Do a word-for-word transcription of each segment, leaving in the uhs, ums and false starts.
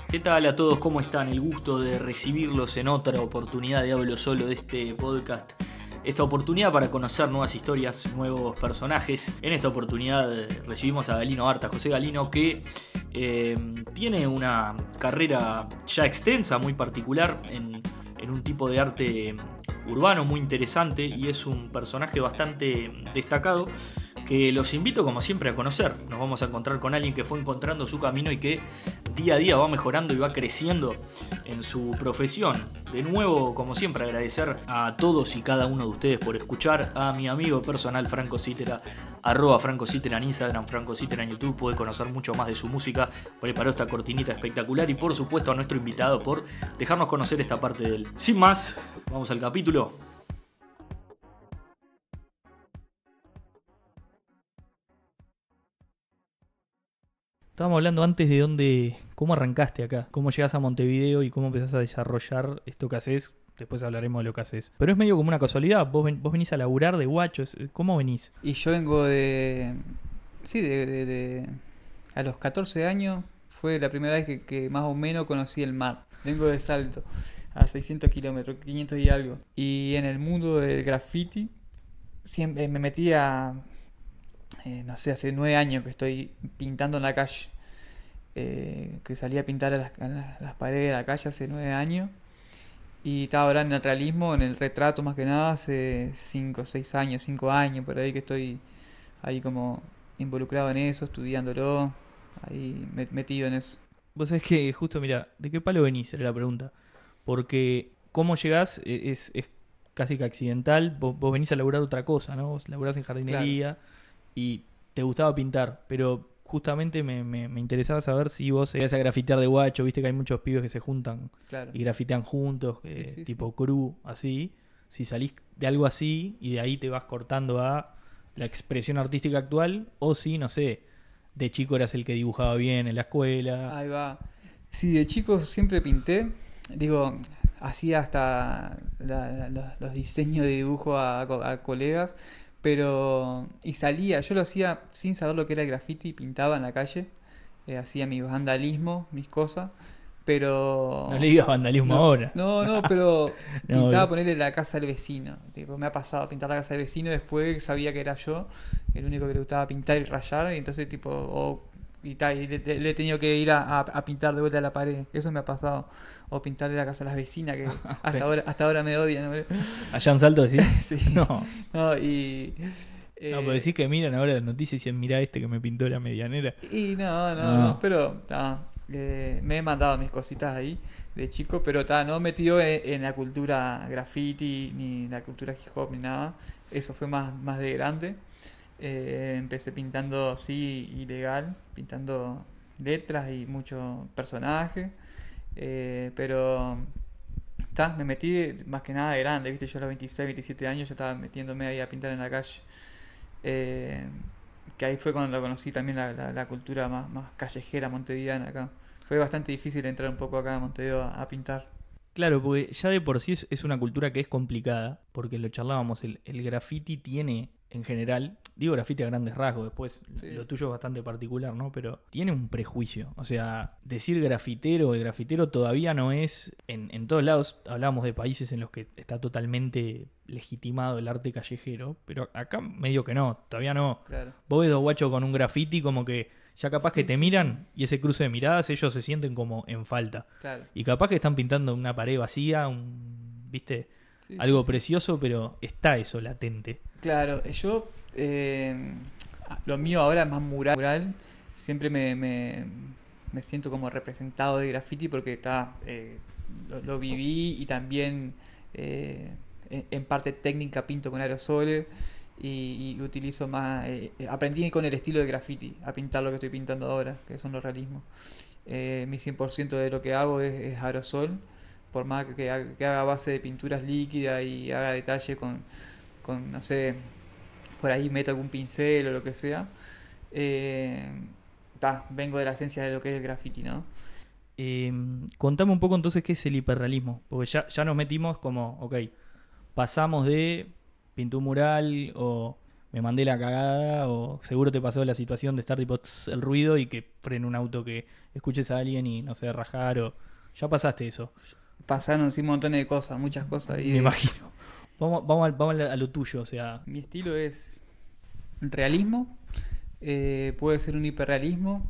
¿Qué tal a todos? ¿Cómo están? El gusto de recibirlos en otra oportunidad de Hablo Solo de este podcast. Esta oportunidad para conocer nuevas historias, nuevos personajes. En esta oportunidad recibimos a Galino Arta, José Galino, que eh, tiene una carrera ya extensa, muy particular, en, en un tipo de arte urbano muy interesante, y es un personaje bastante destacado que los invito como siempre a conocer. Nos vamos a encontrar con alguien que fue encontrando su camino y que día a día va mejorando y va creciendo en su profesión. De nuevo, como siempre, agradecer a todos y cada uno de ustedes por escuchar. A mi amigo personal Franco Cítera, arroba Franco Cítera en Instagram, Franco Cítera en YouTube. Puede conocer mucho más de su música. Preparó esta cortinita espectacular. Y por supuesto a nuestro invitado por dejarnos conocer esta parte de él. Sin más, vamos al capítulo. Estábamos hablando antes de dónde, cómo arrancaste acá, cómo llegás a Montevideo y cómo empezás a desarrollar esto que haces. Después hablaremos de lo que haces. Pero es medio como una casualidad. Vos, ven, vos venís a laburar de guacho. ¿Cómo venís? Y yo vengo de... Sí, de, de, de... A los catorce años fue la primera vez que, que más o menos conocí el mar. Vengo de Salto, a seiscientos kilómetros, quinientos y algo. Y en el mundo del graffiti siempre me metía... Eh, no sé, hace nueve años que estoy pintando en la calle. Eh, que salí a pintar a las, a las, las paredes de la calle hace nueve años. Y estaba ahora en el realismo, en el retrato más que nada, hace cinco, seis años, cinco años por ahí que estoy ahí como involucrado en eso, estudiándolo, ahí metido en eso. Vos sabés que justo, mira, ¿de qué palo venís? Era la pregunta. Porque cómo llegás es, es casi que accidental. Vos, vos venís a laburar otra cosa, ¿no? Vos laburás en jardinería. Claro. Y te gustaba pintar, pero justamente me, me, me interesaba saber si vos ibas a grafitear de guacho. Viste que hay muchos pibes que se juntan, claro, y grafitean juntos, sí, eh, sí, tipo sí. Crew, así. Si salís de algo así y de ahí te vas cortando a la expresión artística actual, o si, no sé, de chico eras el que dibujaba bien en la escuela. Ahí va. Sí, de chico siempre pinté. Digo, hacía hasta la, la, la, los diseños de dibujo a, a colegas. Pero, y salía, yo lo hacía sin saber lo que era el graffiti, pintaba en la calle, eh, hacía mi vandalismo, mis cosas, pero... No le digas vandalismo no, ahora. No, no, pero no, pintaba ponerle la casa del vecino, tipo, me ha pasado pintar la casa del vecino, después sabía que era yo, el único que le gustaba pintar y rayar, y entonces tipo, oh, y, ta, y le, le he tenido que ir a, a, a pintar de vuelta a la pared, eso me ha pasado. O pintarle la casa a las vecinas, que hasta ahora hasta ahora me odian, ¿no? ¿Allá en Salto decís? Sí. No. No, y... Eh, no, pero decís que miran ahora las noticias y dicen, mirá este que me pintó la medianera. Y no, no, no, no pero ta, eh, me he mandado mis cositas ahí de chico, pero ta, no he metido en, en la cultura graffiti, ni la cultura hip hop, ni nada. Eso fue más, más de grande. Eh, empecé pintando, sí, ilegal, pintando letras y muchos personajes. Eh, pero ta, me metí más que nada de grande, viste, yo a los veintiséis, veintisiete años ya estaba metiéndome ahí a pintar en la calle. Eh, que ahí fue cuando conocí también la, la, la cultura más, más callejera montevideana acá. Fue bastante difícil entrar un poco acá a Montevideo a, a pintar. Claro, porque ya de por sí es, es una cultura que es complicada, porque lo charlábamos, el, el graffiti tiene en general, digo graffiti a grandes rasgos, después sí. Lo tuyo es bastante particular, ¿no? Pero tiene un prejuicio, o sea, decir grafitero, el grafitero todavía no es, en, en todos lados hablamos de países en los que está totalmente legitimado el arte callejero, pero acá medio que no, todavía no. Claro. Vos ves dos guachos con un graffiti como que ya capaz sí, que te sí, miran sí. Y ese cruce de miradas ellos se sienten como en falta. Claro. Y capaz que están pintando una pared vacía, un, ¿viste? Sí, algo sí, precioso, sí. Pero está eso latente. Claro, yo eh, lo mío ahora es más mural. Siempre me, me, me siento como representado de graffiti porque está, eh, lo, lo viví y también eh, en, en parte técnica pinto con aerosoles. Y, y utilizo más, eh, aprendí con el estilo de graffiti a pintar lo que estoy pintando ahora, que son los realismos. Eh, mi cien por ciento de lo que hago es, es aerosol, por más que haga, que haga base de pinturas líquidas y haga detalle con, con, no sé, por ahí meto algún pincel o lo que sea. Eh, ta, vengo de la esencia de lo que es el graffiti, ¿no? Eh, contame un poco entonces qué es el hiperrealismo, porque ya, ya nos metimos como, ok, pasamos de... pintó un mural o me mandé la cagada, o seguro te pasó la situación de estar tipo tss, el ruido y que frene un auto, que escuches a alguien y no sé, rajar, o ya pasaste eso. Pasaron sí, un montón de cosas, muchas cosas. Y me de... imagino. Vamos, vamos, a, vamos a lo tuyo, o sea. Mi estilo es realismo, eh, puede ser un hiperrealismo.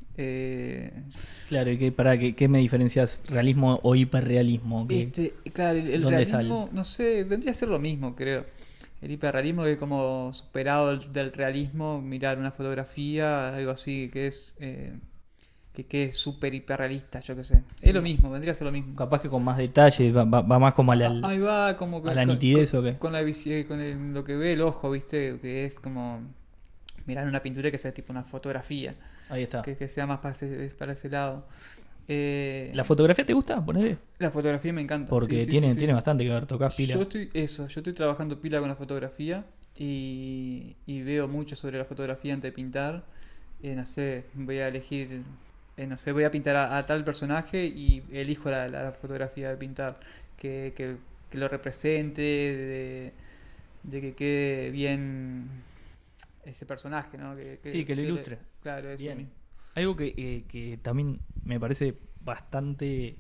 Eh... Claro, ¿y qué, para, qué, qué me diferencias, realismo o hiperrealismo? ¿Qué, este, claro, el, el realismo, el... no sé, vendría a ser lo mismo, creo. El hiperrealismo que es como superado del, del realismo, mirar una fotografía, algo así, que es eh, que, que es súper hiperrealista, yo qué sé. Sí. Es lo mismo, vendría a ser lo mismo. Capaz que con más detalle, va, va, va más como a la, Ahí va, como a la con, nitidez con, o qué. Con, la, con el, lo que ve el ojo, ¿viste? Que es como mirar una pintura que sea tipo una fotografía. Ahí está. Que, que sea más para ese, para ese lado. Eh, ¿La fotografía te gusta? Ponele. La fotografía me encanta. Porque sí, tiene, sí, sí, tiene sí. bastante que ver, tocas pila. Yo estoy, eso, yo estoy trabajando pila con la fotografía y, y veo mucho sobre la fotografía antes de pintar. Eh, no sé, voy a elegir, eh, no sé, voy a pintar a, a tal personaje y elijo la, la, la fotografía de pintar. Que, que, que lo represente, de, de que quede bien ese personaje, ¿no? Que, que, sí, que lo que ilustre. Le, claro, eso bien. mismo. Algo que, eh, que también me parece bastante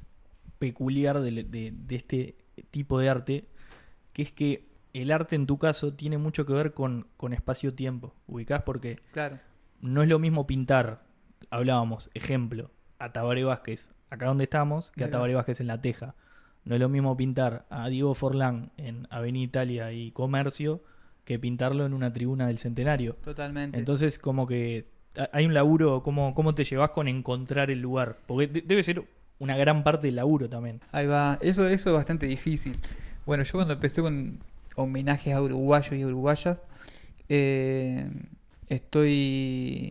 peculiar de, de, de este tipo de arte, que es que el arte en tu caso tiene mucho que ver con, con espacio-tiempo, ¿ubicás? Porque claro. no es lo mismo pintar, hablábamos, ejemplo, a Tabaré Vázquez, acá donde estamos, que a Tabaré Vázquez en La Teja. No es lo mismo pintar a Diego Forlán en Avenida Italia y Comercio que pintarlo en una tribuna del Centenario. Totalmente. Entonces, como que hay un laburo, ¿cómo, cómo te llevas con encontrar el lugar? Porque de, debe ser una gran parte del laburo también. Ahí va, eso, eso es bastante difícil. Bueno, yo cuando empecé con homenajes a uruguayos y uruguayas, eh, estoy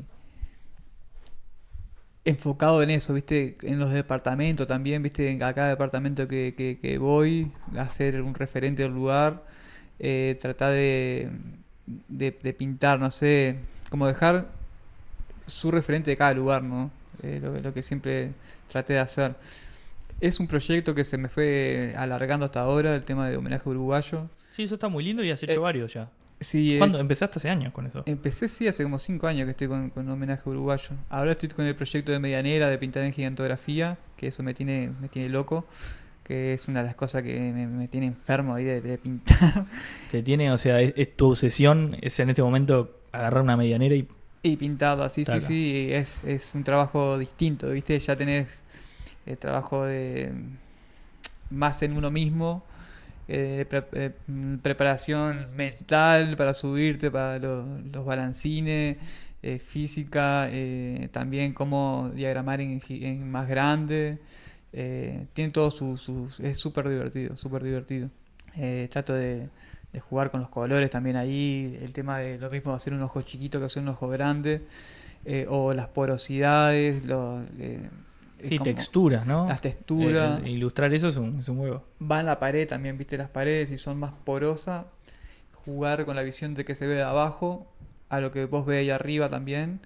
enfocado en eso, ¿viste? En los departamentos también, ¿viste? A cada departamento que, que, que voy, a ser un referente del lugar, eh, tratar de, de, de pintar, no sé, como dejar su referente de cada lugar, ¿no? Eh, lo, lo que siempre traté de hacer. Es un proyecto que se me fue alargando hasta ahora, el tema de homenaje uruguayo. Sí, eso está muy lindo y has hecho eh, varios ya. Sí, ¿Cuándo? Eh, ¿Empezaste hace años con eso? Empecé, sí, hace como cinco años que estoy con, con homenaje uruguayo. Ahora estoy con el proyecto de medianera, de pintar en gigantografía, que eso me tiene, me tiene loco, que es una de las cosas que me, me tiene enfermo ahí de, de pintar. Te tiene, o sea, es, es tu obsesión, es en este momento agarrar una medianera y... Y pintarlo así, sí, sí, es, es un trabajo distinto, ¿viste? Ya tenés el trabajo de más en uno mismo, eh, pre eh, preparación mental para subirte, para lo, los balancines, eh, física, eh, también cómo diagramar en, en más grande, eh, tiene todo sus... Su, es súper divertido, súper divertido. Eh, trato de, de jugar con los colores también ahí, el tema de lo mismo hacer un ojo chiquito que hacer un ojo grande, eh, o las porosidades, lo, eh, sí, texturas, ¿no? Las texturas. Eh, ilustrar eso es un, es un huevo. Va en la pared también, viste las paredes, y son más porosas. Jugar con la visión de que se ve de abajo a lo que vos ves ahí arriba también.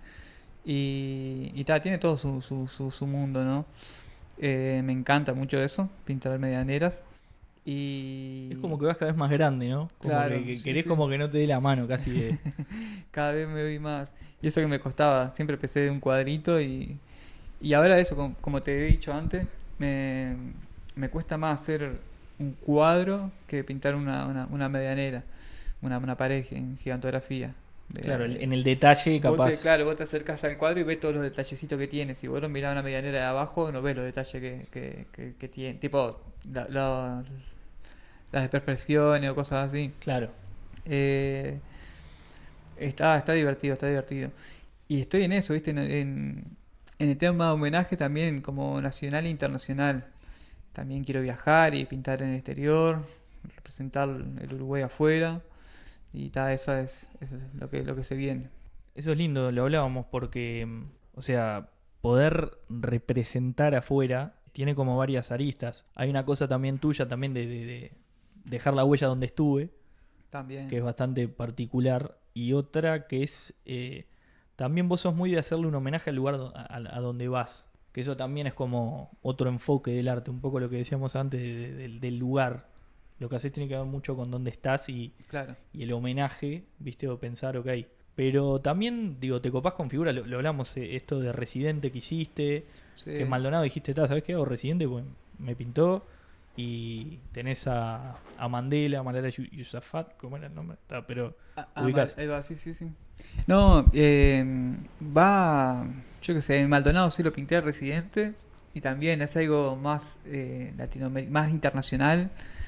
Y, y ta, tiene todo su, su, su, su mundo, ¿no? Eh, me encanta mucho eso, pintar medianeras. Y... es como que vas cada vez más grande, ¿no? Como claro, que, que sí, querés sí. como que no te dé la mano casi de... cada vez me doy más. Y eso que me costaba, siempre empecé de un cuadrito y, y ahora eso, como, como te he dicho antes, me, me cuesta más hacer un cuadro que pintar una, una, una medianera, una, una pared en gigantografía. De, claro, en el detalle capaz... Vos te, claro, vos te acercás al cuadro y ves todos los detallecitos que tiene. Si vos lo mirás una medianera de abajo, no ves los detalles que, que, que, que tiene. Tipo, la, la, las desperfecciones o cosas así. Claro. Eh, está, está divertido, está divertido. Y estoy en eso, ¿viste? En, en, en el tema de homenaje también, como nacional e internacional. También quiero viajar y pintar en el exterior, representar el Uruguay afuera. Y ta, eso es, eso es lo que, lo que se viene. Eso es lindo, lo hablábamos porque, o sea, poder representar afuera tiene como varias aristas. Hay una cosa también tuya, también de, de, de dejar la huella donde estuve, también, que es bastante particular. Y otra que es, eh, también vos sos muy de hacerle un homenaje al lugar a, a, a donde vas. Que eso también es como otro enfoque del arte, un poco lo que decíamos antes de, de, del lugar. lo que haces tiene que ver mucho con dónde estás y, Claro. y el homenaje, ¿viste? O pensar, ok. Pero también, digo, te copás con figuras, lo, lo hablamos, eh, esto de Residente que hiciste, Sí. que en Maldonado dijiste, "Ta, ¿sabés qué hago Residente? Pues me pintó". Y tenés a, a Mandela, Mandela Yu- Yusafat, ¿cómo era el nombre? Ta, pero Ah, ah, ubicás. mal, ahí va, sí, sí, sí. No, eh, va, yo qué sé, en Maldonado sí lo pinté al Residente y también es algo más eh, latinoamer- más internacional.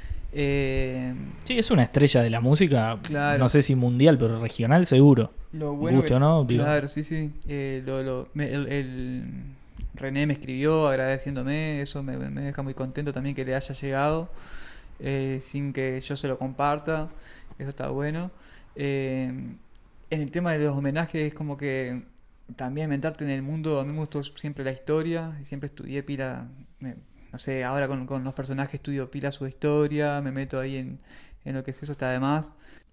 Eh, Sí, es una estrella de la música, Claro. no sé si mundial, pero regional seguro. Lo bueno Guste que- o no, digo. Claro, sí, sí. Eh, lo, lo- me- el, el- René me escribió agradeciéndome, eso me, me deja muy contento también que le haya llegado, eh, sin que yo se lo comparta, eso está bueno. Eh, en el tema de los homenajes es como que también meterte en el mundo, a mí me gustó siempre la historia, y siempre estudié pila, me- no sé, ahora con, con los personajes estudio pila su historia, me meto ahí en, en lo que es eso, está de más.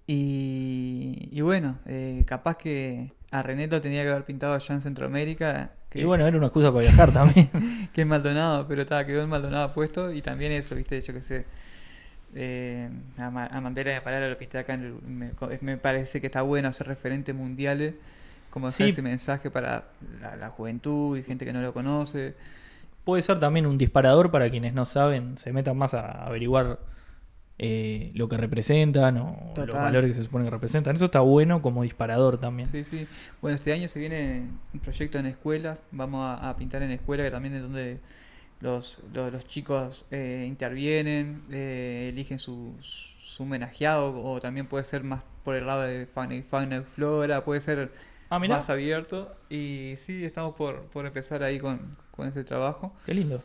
Y, y bueno, eh, capaz que a René lo tenía que haber pintado allá en Centroamérica, que, Y bueno, era una excusa para viajar también. que en Maldonado, pero estaba, quedó en Maldonado puesto. Y también eso, viste, yo qué sé. Eh, a, Ma- a Mandela y a Parala lo pinté acá. En el- me, me parece que está bueno hacer referentes mundiales, como dejar Sí. ese mensaje para la, la juventud y gente que no lo conoce. Puede ser también un disparador para quienes no saben, se metan más a averiguar eh, lo que representan o Total. los valores que se supone que representan. Eso está bueno como disparador también. Sí, sí. Bueno, este año se viene un proyecto en escuelas. Vamos a, a pintar en escuela, que también es donde los, los, los chicos eh, intervienen, eh, eligen su, su homenajeado, o también puede ser más por el lado de fauna y, fauna y flora, puede ser Ah, mirá, más abierto. Y sí, estamos por, por empezar ahí con, con ese trabajo. qué lindo.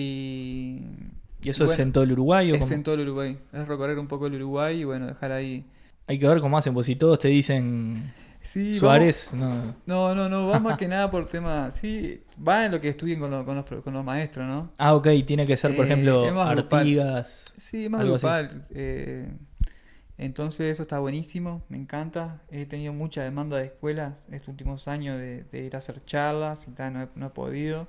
Y, ¿Y eso y es bueno, en todo el Uruguay o es cómo? en todo el Uruguay. Es recorrer un poco el Uruguay y bueno, dejar ahí. Hay que ver cómo hacen, pues si todos te dicen Sí, vamos- Suárez, no. No, no, no, va más que nada por tema. Sí, va en lo que estudien con, lo- con, los, pro- con los maestros, ¿no? Ah, ok, tiene que ser, por Eh, ejemplo, es más grupal. Artigas. Sí, más Algo así. grupal. eh, entonces, eso está buenísimo, me encanta. He tenido mucha demanda de escuelas estos últimos años de, de ir a hacer charlas y tal, no he, no he podido.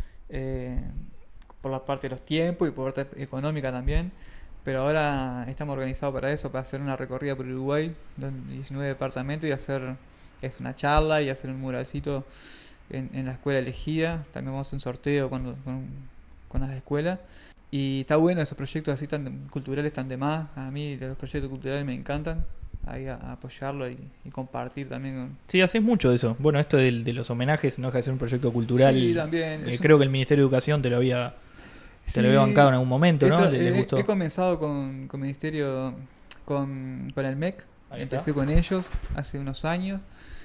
eh, por la parte de los tiempos y por la parte económica también. Pero ahora estamos organizados para eso, para hacer una recorrida por Uruguay, donde diecinueve departamentos y hacer es una charla y hacer un muralcito en, en la escuela elegida. También vamos a hacer un sorteo con, con, con las escuelas. Y está bueno esos proyectos así tan culturales tan de más. A mí los proyectos culturales me encantan. Ahí a, a apoyarlo y, y compartir también con... Sí, haces mucho de eso. Bueno, esto del- de, los homenajes no deja de ser un proyecto cultural. Sí, también. Eh, Es un- creo que el Ministerio de Educación te lo había, te Sí, lo había bancado en algún momento, ¿no? esto- ¿Le, les he- gustó? He comenzado con, con Ministerio, con, con el M E C. Ahí está. Empecé con ellos hace unos años.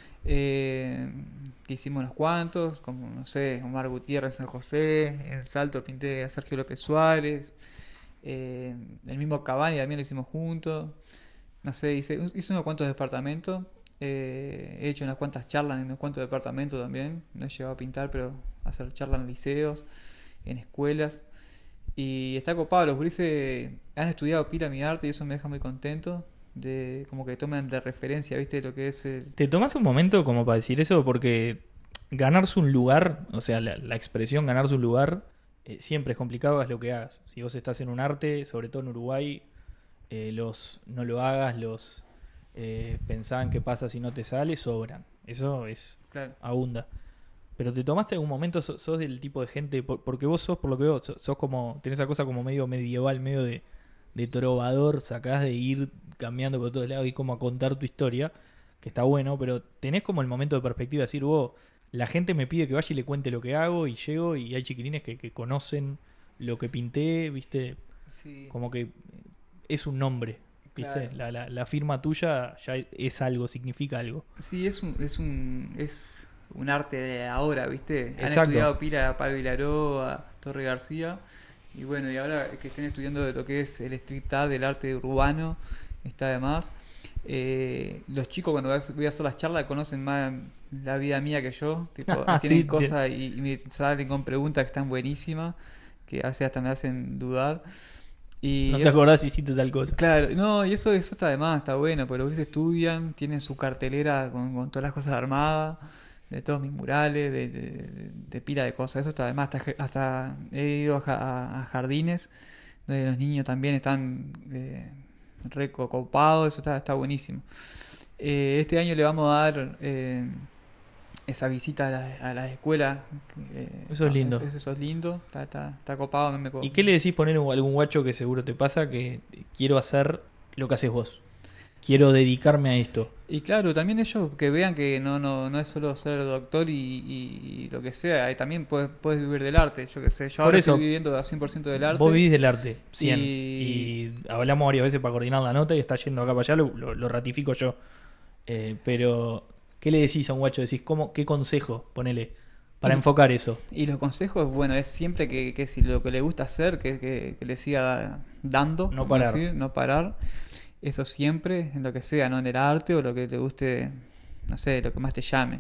Eh, que hicimos unos cuantos, como no sé, Omar Gutiérrez, San José. En Salto pinté a Sergio López Suárez. Eh, el mismo Cavani también lo hicimos juntos. No sé, hice, hice unos cuantos departamentos. Eh, he hecho unas cuantas charlas en unos cuantos departamentos también. No he llegado a pintar, pero hacer charlas en liceos, en escuelas. Y está copado, los gurises han estudiado pila mi arte y eso me deja muy contento. De como que toman de referencia, ¿viste? Lo que es el... ¿Te tomás un momento como para decir eso? Porque ganarse un lugar, o sea, la, la expresión ganarse un lugar, eh, siempre es complicado, hagas lo que hagas. Si vos estás en un arte, sobre todo en Uruguay, eh, los no lo hagas, los eh, pensaban qué pasa si no te sale, sobran. Eso es Claro. abunda. Pero te tomaste algún momento, sos, sos del tipo de gente, por- porque vos sos, por lo que veo, sos, sos como, tenés esa cosa como medio medieval, medio de, de trovador, sacás de ir cambiando por todos lados y como a contar tu historia, que está bueno, pero tenés como el momento de perspectiva de decir, vos, la gente me pide que vaya y le cuente lo que hago y llego y hay chiquilines que, que conocen lo que pinté, viste, Sí. como que es un nombre, viste, Claro. la, la, la firma tuya ya es algo, significa algo. Sí, es un, es un, es un arte de ahora, ¿viste? Han Exacto. estudiado pila a Pablo Vilaró, a Torre García. Y bueno, y ahora que estén estudiando de lo que es el street art, del arte urbano, está de más. Eh, los chicos cuando voy a hacer las charlas conocen más la vida mía que yo. Tipo, tienen Sí, cosas y, y me salen con preguntas que están buenísimas, que a veces hasta me hacen dudar. Y No te eso- acordás si hiciste tal cosa. Claro, no, y eso, eso está de más, está bueno, porque los gurises estudian, tienen su cartelera con, con todas las cosas armadas, de todos mis murales, de, de, de- de pila de cosas, eso está de más, hasta, hasta he ido a, ja- a- a jardines donde los niños también están eh, recopados, eso está, está buenísimo. Eh, este año le vamos a dar eh, esa visita a la, a la escuela. Eh, eso es lindo. Eso, eso es lindo, está, está, está copado. Me, me... ¿Y qué le decís poner a algún guacho que seguro te pasa que quiero hacer lo que haces vos? Quiero dedicarme a esto. Y claro, también ellos que vean que no no no es solo ser doctor y, y, y lo que sea, y también puedes, puedes vivir del arte, yo qué sé. Yo Por ahora eso, estoy viviendo a cien por ciento del arte. Vos vivís del arte, cien. Y... Y... y hablamos varias veces para coordinar la nota y está yendo acá para allá, lo, lo, lo ratifico yo. Eh, pero, ¿qué le decís a un guacho? Decís, ¿cómo, ¿qué consejo? Ponele, para y, enfocar eso. Y los consejos, bueno, es siempre que, que si lo que le gusta hacer, que, que, que le siga dando. No parar. Decir, no parar. Eso siempre, en lo que sea, ¿no? En el arte o lo que te guste, no sé, lo que más te llame.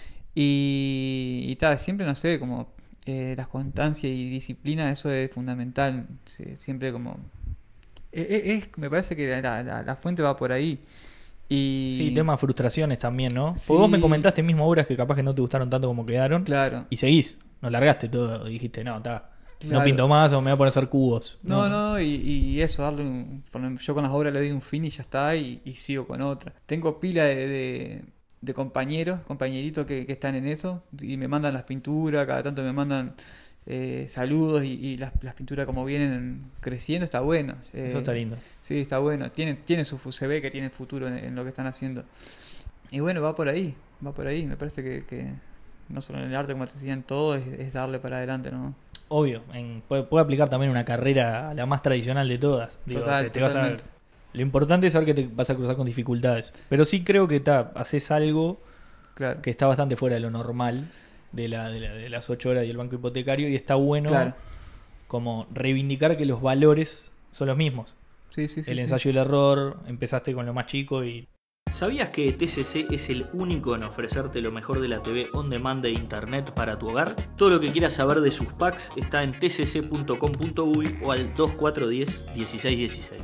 Y, y tal, siempre, no sé, como eh, la constancia y disciplina, eso es fundamental. Sí, siempre como... Es, es, me parece que la, la, la fuente va por ahí. Y... Sí, tema frustraciones también, ¿no? Sí. Porque vos me comentaste mismo obras que capaz que no te gustaron tanto como quedaron. Claro. Y seguís, no largaste todo, dijiste, no, está... Claro. No pinto más o me voy a poner a hacer cubos. No, no, no y, y eso, darle un... Yo con las obras le doy un fin y ya está, y, y sigo con otra. Tengo pila de, de, de compañeros, compañeritos que, que están en eso, y me mandan las pinturas, cada tanto me mandan eh, saludos, y, y las, las pinturas como vienen creciendo, está bueno. Eh, eso está lindo. Sí, está bueno. Tienen, tienen su, se ve que tienen futuro en, en lo que están haciendo. Y bueno, va por ahí, va por ahí. Me parece que, que no solo en el arte, como te decían, todo es, es darle para adelante, ¿no? Obvio, en, puede, puede aplicar también una carrera, la más tradicional de todas. Digo, Total, te, te vas a ver. Lo importante es saber que te vas a cruzar con dificultades. Pero sí creo que ta, haces algo claro. que está bastante fuera de lo normal, de, la, de, la, de las ocho horas y el banco hipotecario, y está bueno claro. como reivindicar que los valores son los mismos. Sí, sí, sí, el sí. ensayo y el error, empezaste con lo más chico y... ¿Sabías que T C C es el único en ofrecerte lo mejor de la T V on demand de internet para tu hogar? Todo lo que quieras saber de sus packs está en t c c punto com punto u y o al dos cuatro uno cero, uno seis uno seis.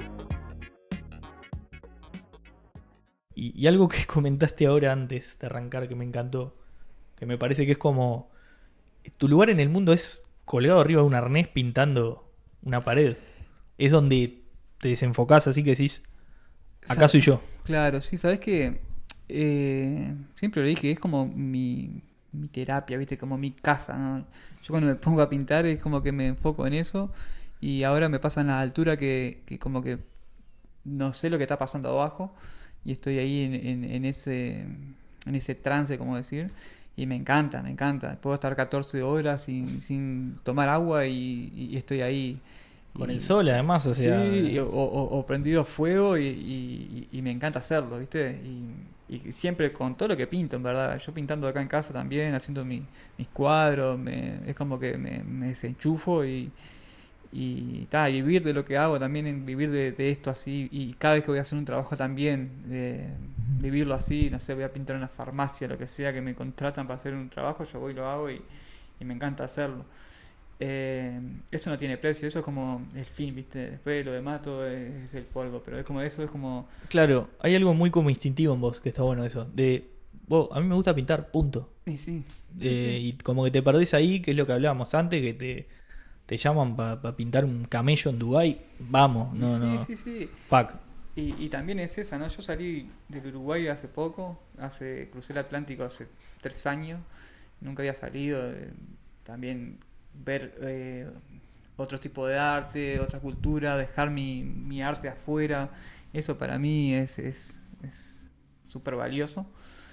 Y, y algo que comentaste ahora antes de arrancar que me encantó, que me parece que es como... Tu lugar en el mundo es colgado arriba de un arnés pintando una pared. Es donde te desenfocás, así que decís, acá soy yo. Claro, sí, sabes que eh, siempre lo dije, es como mi, mi terapia, viste, como mi casa, ¿no? Yo cuando me pongo a pintar es como que me enfoco en eso, y ahora me pasan las alturas que, que como que no sé lo que está pasando abajo, y estoy ahí en, en, en ese en ese trance, como decir, y me encanta, me encanta. Puedo estar catorce horas sin, sin tomar agua y, y estoy ahí. Con y, el sol, además, o sea... Sí, o, o, o prendido fuego y, y, y me encanta hacerlo, ¿viste? Y, y siempre con todo lo que pinto, en verdad. Yo pintando acá en casa también, haciendo mi, mis cuadros, me, es como que me, me desenchufo y, y, ta, vivir de lo que hago también, en vivir de, de esto así. Y cada vez que voy a hacer un trabajo también, eh, vivirlo así, no sé, voy a pintar en una farmacia, lo que sea, que me contratan para hacer un trabajo, yo voy y lo hago y, y me encanta hacerlo. Eh, eso no tiene precio, eso es como el fin, ¿viste? Después lo demás todo es, es el polvo, pero es como eso, es como... Claro, hay algo muy como instintivo en vos, que está bueno eso, de, vos, a mí me gusta pintar, punto. Y sí. De, sí, sí. Y como que te perdés ahí, que es lo que hablábamos antes, que te, te llaman para pa pintar un camello en Dubái, vamos, no, sí, no. Sí, sí, sí. Pack. Y, y también es esa, ¿no? Yo salí del Uruguay hace poco, hace crucé el Atlántico hace tres años, nunca había salido, eh, también... ver eh, otro tipo de arte, otra cultura, dejar mi, mi arte afuera, eso para mí es es es súper valioso,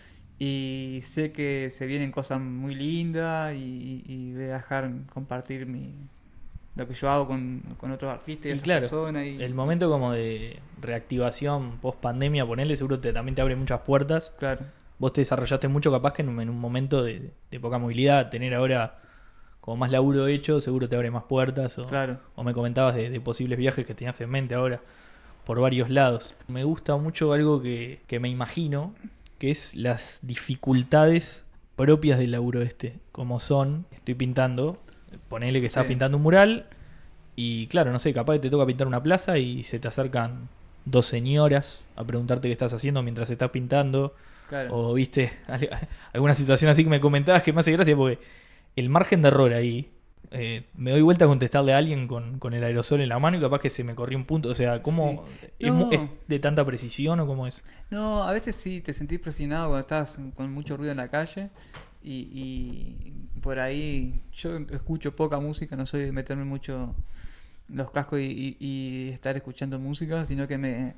y sé que se vienen cosas muy lindas, y, y voy a dejar compartir mi lo que yo hago con, con otros artistas y, Y otras claro, personas. Y, el momento como de reactivación post pandemia, ponele, seguro te, también te abre muchas puertas. Claro. Vos te desarrollaste mucho capaz que en un, en un momento de, de poca movilidad, tener ahora como más laburo hecho, seguro te abre más puertas. O, claro. o me comentabas de, de posibles viajes que tenías en mente ahora por varios lados. Me gusta mucho algo que, que me imagino, que es las dificultades propias del laburo este. Como son, estoy pintando, ponele que estás sí. pintando un mural y claro, no sé, capaz que te toca pintar una plaza y se te acercan dos señoras a preguntarte qué estás haciendo mientras estás pintando. Claro. O viste alguna situación así que me comentabas que me hace gracia porque el margen de error ahí eh, me doy vuelta a contestarle a alguien con, con el aerosol en la mano y capaz que se me corrió un punto. O sea, ¿cómo Sí. ¿es, No. mu- es de tanta precisión o cómo es? No, a veces sí te sentís presionado cuando estás con mucho ruido en la calle y, y por ahí yo escucho poca música, no soy de meterme mucho los cascos y, y- y estar escuchando música, sino que me,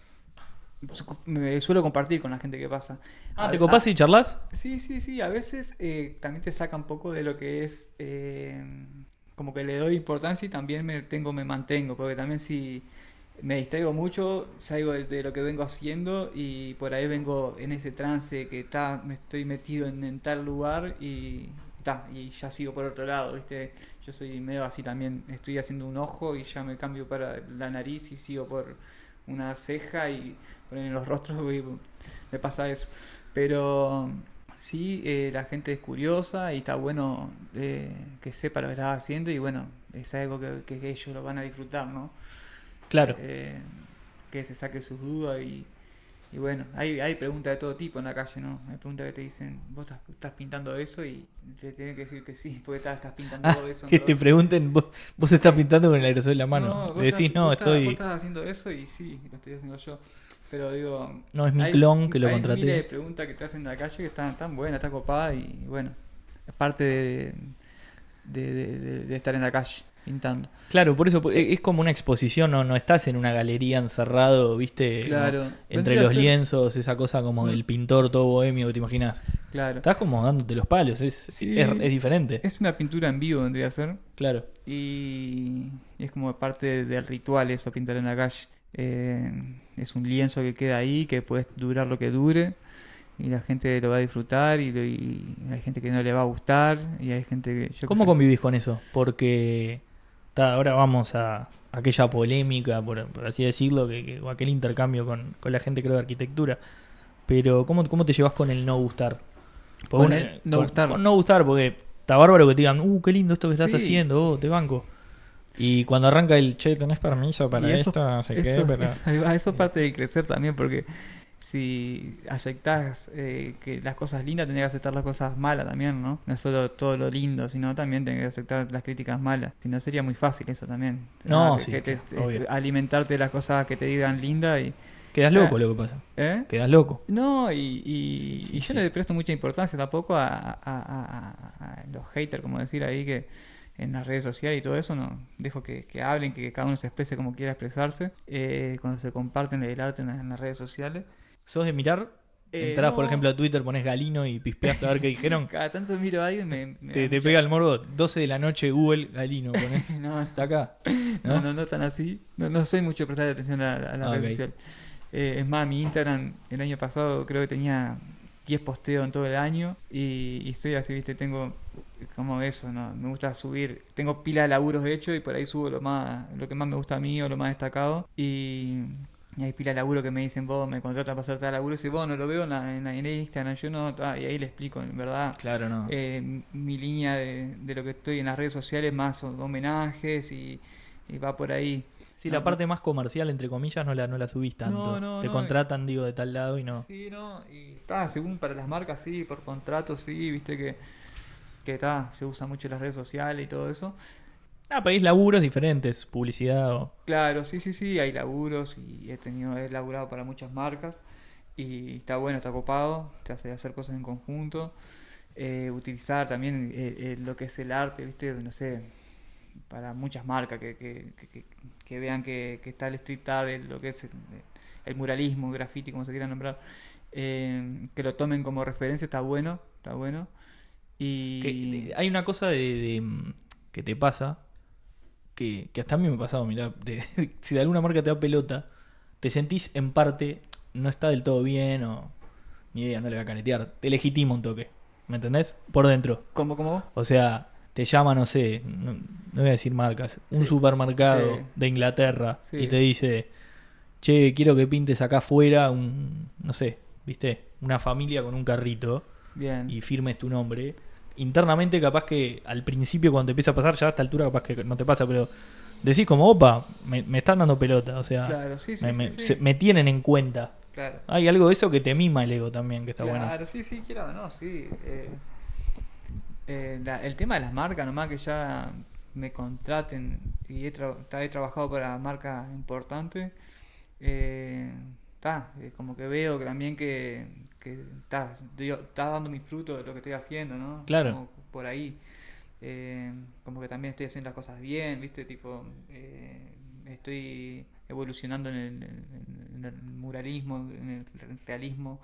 me suelo compartir con la gente que pasa. Ah, A- ¿te copás a- y charlas? Sí, sí, sí, a veces eh, también te saca un poco de lo que es, eh, como que le doy importancia y también me tengo, me mantengo, porque también si me distraigo mucho, salgo de, de lo que vengo haciendo y por ahí vengo en ese trance que está, me estoy metido en, en tal lugar y, ta, y ya sigo por otro lado, ¿viste? Yo soy medio así también, estoy haciendo un ojo y ya me cambio para la nariz y sigo por una ceja y ponen en los rostros y me pasa eso. Pero sí, eh, la gente es curiosa y está bueno eh, que sepa lo que estás haciendo y bueno, es algo que, que ellos lo van a disfrutar, ¿no? Claro. Eh, que se saque sus dudas y, y bueno, hay, hay preguntas de todo tipo en la calle, ¿no? Hay preguntas que te dicen, vos estás, estás pintando eso y te tienen que decir que sí, porque estás, estás pintando Ah, todo eso. que ¿no? te pregunten, vos, vos estás pintando con el aerosol en la mano. No, vos Decís, estás- no, vos estás- estoy... vos estás haciendo eso y sí, lo estoy haciendo yo. Pero digo, No, es mi hay- clon que lo hay contraté. miles de preguntas que te hacen en la calle que están tan buenas, están copadas y bueno, es parte de, de, de- de- de estar en la calle pintando. Claro, por eso pues, es como una exposición, no, no estás en una galería encerrado, viste, Claro. ¿no? Entre Vendría a los ser- lienzos, esa cosa como Mm. del pintor todo bohemio, ¿te imaginas? Claro. Estás como dándote los palos, es, Sí. es, es diferente. Es una pintura en vivo, vendría a ser. Claro. Y es como parte del ritual eso, pintar en la calle. Eh, es un lienzo que queda ahí, que puede durar lo que dure. Y la gente lo va a disfrutar y, lo- y hay gente que no le va a gustar. Y hay gente que... yo qué ¿Cómo sé. convivís con eso? Porque ta, ahora vamos a aquella polémica, por, por así decirlo, que, que- o aquel intercambio con, con la gente creo de arquitectura. Pero ¿cómo, cómo te llevas con el no gustar? Porque Con uno- el no con- gustar. con no gustar, porque está bárbaro que te digan, uh, qué lindo esto que estás Sí. haciendo, oh, te banco. Y cuando arranca el, che, ¿tenés permiso para Y eso- esto? No sé qué, Eso, pero... eso- ahí va, eso es parte del crecer también, porque si aceptás eh, que las cosas lindas, tenés que aceptar las cosas malas también, ¿no? No es solo todo lo lindo, sino también tenés que aceptar las críticas malas. Si no, sería muy fácil eso también. No, que- sí, que te- claro, este, obvio. alimentarte de las cosas que te digan lindas y... Quedas loco Ah. lo que pasa. ¿Eh? Quedas loco. No, y, y, Sí, y yo sí. no le presto mucha importancia tampoco a, a- a- a- a los haters, como decir ahí que en las redes sociales y todo eso, no dejo que, que hablen, que cada uno se exprese como quiera expresarse. Eh, cuando se comparten el arte en las, en las redes sociales. ¿Sos de mirar? Eh, Entrás, por no. ejemplo, a Twitter, pones Galino y pispeás a ver qué dijeron. Cada tanto miro ahí y me, me Te, da te mucha- pega el morbo, doce de la noche, Google, Galino, pones. no, Está acá. no, ¿No? no, no tan así. No, no soy mucho de prestar atención a, a las Ah, redes ok. sociales. Eh, es más, mi Instagram el año pasado creo que tenía diez posteos en todo el año y, y soy así, viste, tengo como eso, ¿no? Me gusta subir, tengo pila de laburos de hecho y por ahí subo lo más, lo que más me gusta a mí o lo más destacado y, y hay pila de laburo que me dicen, vos me contratas para hacer tal laburo y dice, vos no lo veo en, la, en, la- en Instagram, yo no, ah, y ahí le explico, en verdad. Claro, no. Eh, mi línea de, de lo que estoy en las redes sociales más son homenajes y, y va por ahí. Sí, No, la parte más comercial, entre comillas, no la, no la subís tanto. No, no, Te no. contratan, digo, de tal lado y no. Sí, no, y está, según para las marcas, sí, por contrato, sí, viste que que está, se usa mucho en las redes sociales y todo eso. Ah, pedís laburos diferentes, publicidad o... Claro, sí, sí, sí, hay laburos y he tenido, he laburado para muchas marcas y está bueno, está copado, te hace hacer cosas en conjunto, eh, utilizar también eh, eh, lo que es el arte, viste, no sé, para muchas marcas que, que, que, que- que vean que, que está el street art, el- lo que es el, el muralismo, el graffiti, como se quiera nombrar, eh, que lo tomen como referencia, está bueno, está bueno. Y Que- hay una cosa de, de, mm, que te pasa, que, que hasta a mí me ha pasado, mirá, de- si de alguna marca te da pelota, te sentís en parte, no está del todo bien o ni idea, no le va a canetear, te legitima un toque, ¿me entendés? Por dentro. ¿Cómo, cómo? O sea, te llama, no sé, no, no voy a decir marcas, un Sí, supermercado sí. de Inglaterra Sí. y te dice, che, quiero que pintes acá afuera un, no sé, viste, una familia con un carrito Bien. y firmes tu nombre. Internamente capaz que al principio cuando te empieza a pasar, ya a esta altura capaz que no te pasa, pero decís como, opa, me, me están dando pelota, o sea, Claro, sí, sí, me, sí, me- sí. se- me tienen en cuenta. Claro. Hay algo de eso que te mima el ego también, que está Claro, bueno. sí, sí, quiero, no, sí. eh, Eh, la- el tema de las marcas, nomás que ya me contraten y he, tra- ta- he trabajado para marcas importantes, eh, ta, eh, como que veo que también que, que ta, digo, está dando mi fruto de lo que estoy haciendo, ¿no? Claro. Como por ahí. Eh, como que también estoy haciendo las cosas bien, ¿viste? Tipo, eh, estoy evolucionando en el, en- en el muralismo, en el realismo.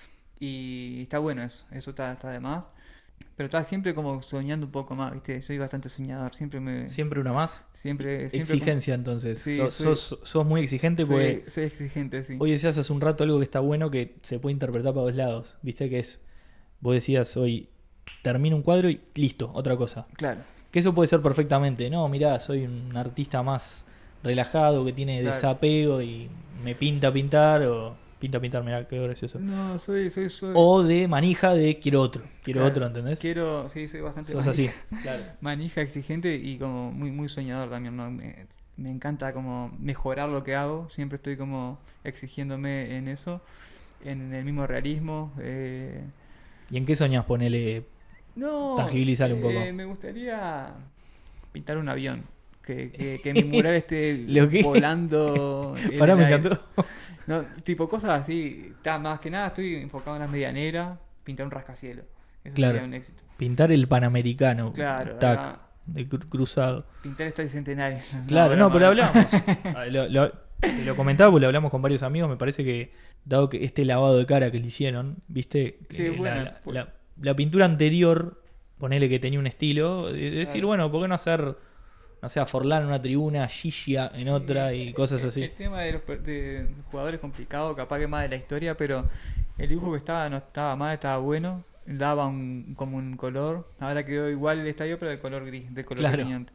Y está bueno eso, eso está, está de más. Pero estaba siempre como soñando un poco más, ¿viste? Soy bastante soñador, siempre me... Siempre una más. Siempre, siempre Exigencia, entonces. Sí, sos, soy- sos, sos muy exigente soy, porque soy exigente, sí. hoy decías hace un rato algo que está bueno que se puede interpretar para dos lados. Viste que es, vos decías hoy, termino un cuadro y listo, otra cosa. Claro, Que eso puede ser perfectamente. No, mirá, soy un artista más relajado, que tiene Claro. desapego y me pinta pintar o pinta pintar, mirá, qué gracioso. no, soy, soy, soy... O de manija de quiero otro, quiero Claro. otro, ¿entendés? Quiero, sí, soy bastante Sos manija, así. Claro. manija, exigente y como muy, muy soñador también, ¿no? Me, me encanta como mejorar lo que hago, siempre estoy como exigiéndome en eso, en el mismo realismo. Eh... ¿Y en qué soñás? Ponele. No, Tangibilizale un poco. eh, me gustaría pintar un avión, que, que, que mi mural esté ¿Lo qué? volando. en Pará, el me aire. encantó. No, tipo cosas así, ta, más que nada estoy enfocado en las medianeras, pintar un rascacielos. Eso Claro. sería un éxito. Pintar el Panamericano. Claro, Tac. ah, De cru- cruzado. pintar esta bicentenario. Claro, no, broma, pero hablamos. Ah, lo, lo- te lo comentaba porque lo hablamos con varios amigos. Me parece que, dado que este lavado de cara que le hicieron, viste, Sí, que bueno, la, la- pues. la- la pintura anterior, ponele que tenía un estilo, de, de decir, Claro. bueno, ¿por qué no hacer, no sé, a Forlán en una tribuna, Gigi en otra y Sí, cosas el- así? El tema de los per- de jugadores complicado, capaz que más de la historia, pero el dibujo que estaba no estaba mal, estaba bueno, daba un, como un color. Ahora quedó igual el estadio, pero de color gris, de color Claro. brillante.